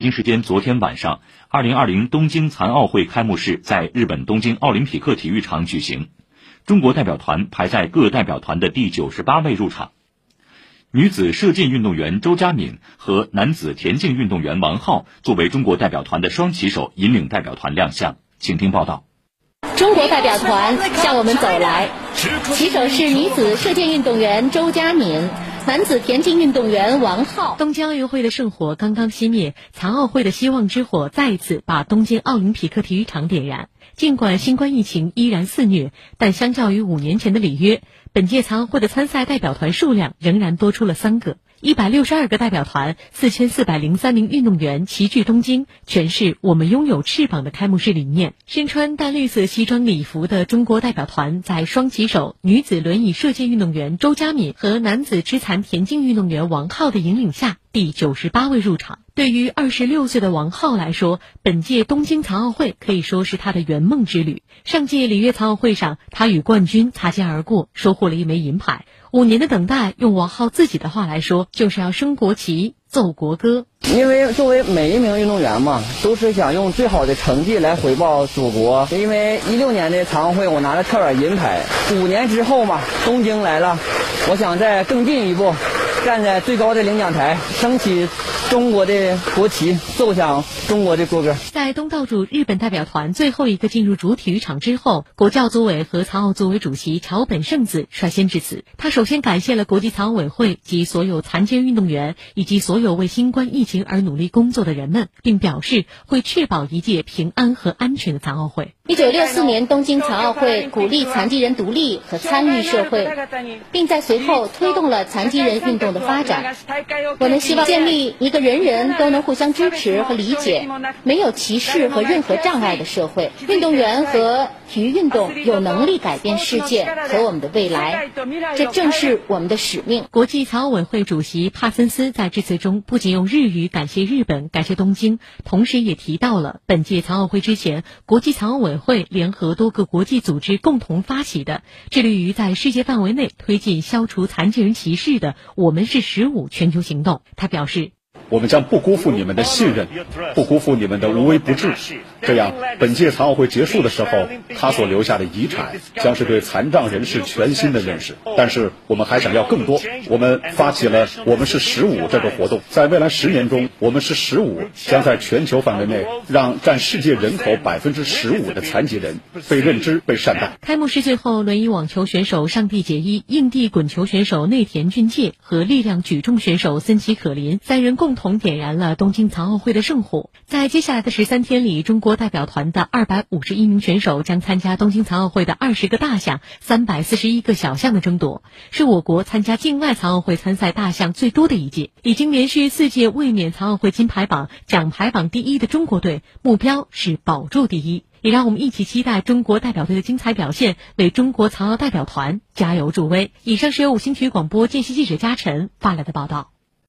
北京时间昨天晚上，2020东京残奥会开幕式在日本东京奥林匹克体育场举行。中国代表团排在各代表团的第98位入场。女子射箭运动员周佳敏和男子田径运动员王浩作为中国代表团的双旗手引领代表团亮相。请听报道。 中国代表团向我们走来，旗手是女子射箭运动员周佳敏，男子田径运动员王浩。 东京奥运会的圣火刚刚熄灭，残奥会的希望之火再一次把东京奥林匹克体育场点燃。尽管新冠疫情依然肆虐，但相较于5年前的里约，本届残奥会的参赛代表团数量仍然多出了3个。162个代表团，4403名运动员齐聚东京，诠释我们拥有翅膀的开幕式理念。身穿淡绿色西装礼服的中国代表团在双旗手女子轮椅射箭运动员周佳敏和男子肢残田径运动员王浩的引领下，第98位入场。对于26岁的王浩来说，本届东京残奥会可以说是他的圆梦之旅。上届里约残奥会上，他与冠军擦肩而过，收获了1枚银牌。5年的等待，用王浩自己的话来说，就是要升国旗、奏国歌。 因为作为每一名运动员嘛，都是想用最好的成绩来回报祖国。因为16年的残奥会我拿了跳远银牌，5年之后嘛，东京来了，我想再更进一步，站在最高的领奖台，升起中国的国旗，奏响中国的国歌。 在东道主日本代表团最后一个进入主体育场之后，国教组委和残奥组委主席桥本圣子率先致辞。他首先感谢了国际残奥委会及所有残疾运动员以及所有为新冠疫情而努力工作的人们，并表示会确保一届平安和安全的残奥会。 1964年东京残奥会鼓励残疾人独立和参与社会，并在随后推动了残疾人运动的发展。我们希望建立一个人人都能互相支持和理解，没有歧视和任何障碍的社会。运动员和体育运动有能力改变世界和我们的未来，这正是我们的使命。 国际残奥委会主席帕森斯在致辞中不仅用日语感谢日本、感谢东京，同时也提到了本届残奥会之前，国际残奥委会联合多个国际组织共同发起的致力于在世界范围内推进消除残疾人歧视的我们是15全球行动。他表示， 我们将不辜负你们的信任，不辜负你们的无微不至，这样本届残奥会结束的时候，他所留下的遗产将是对残障人士全新的认识。但是我们还想要更多，我们发起了我们是15这个活动，在未来10年中，我们是15将在全球范围内让占世界人口15%的残疾人被认知、被善待。 开幕式最后，轮椅网球选手上地结衣、硬地滚球选手内田俊介和力量举重选手森崎可林3人共同点燃了东京残奥会的圣火。在接下来的13天里，中国代表团的251名选手将参加东京残奥会的20个大项、341个小项的争夺，是我国参加境外残奥会参赛大项最多的一届。已经连续4届卫冕残奥会金牌榜、奖牌榜第1的中国队，目标是保住第1。也让我们一起期待中国代表队的精彩表现，为中国残奥代表团加油助威。以上是由5星体育广播见习记者嘉晨发来的报道。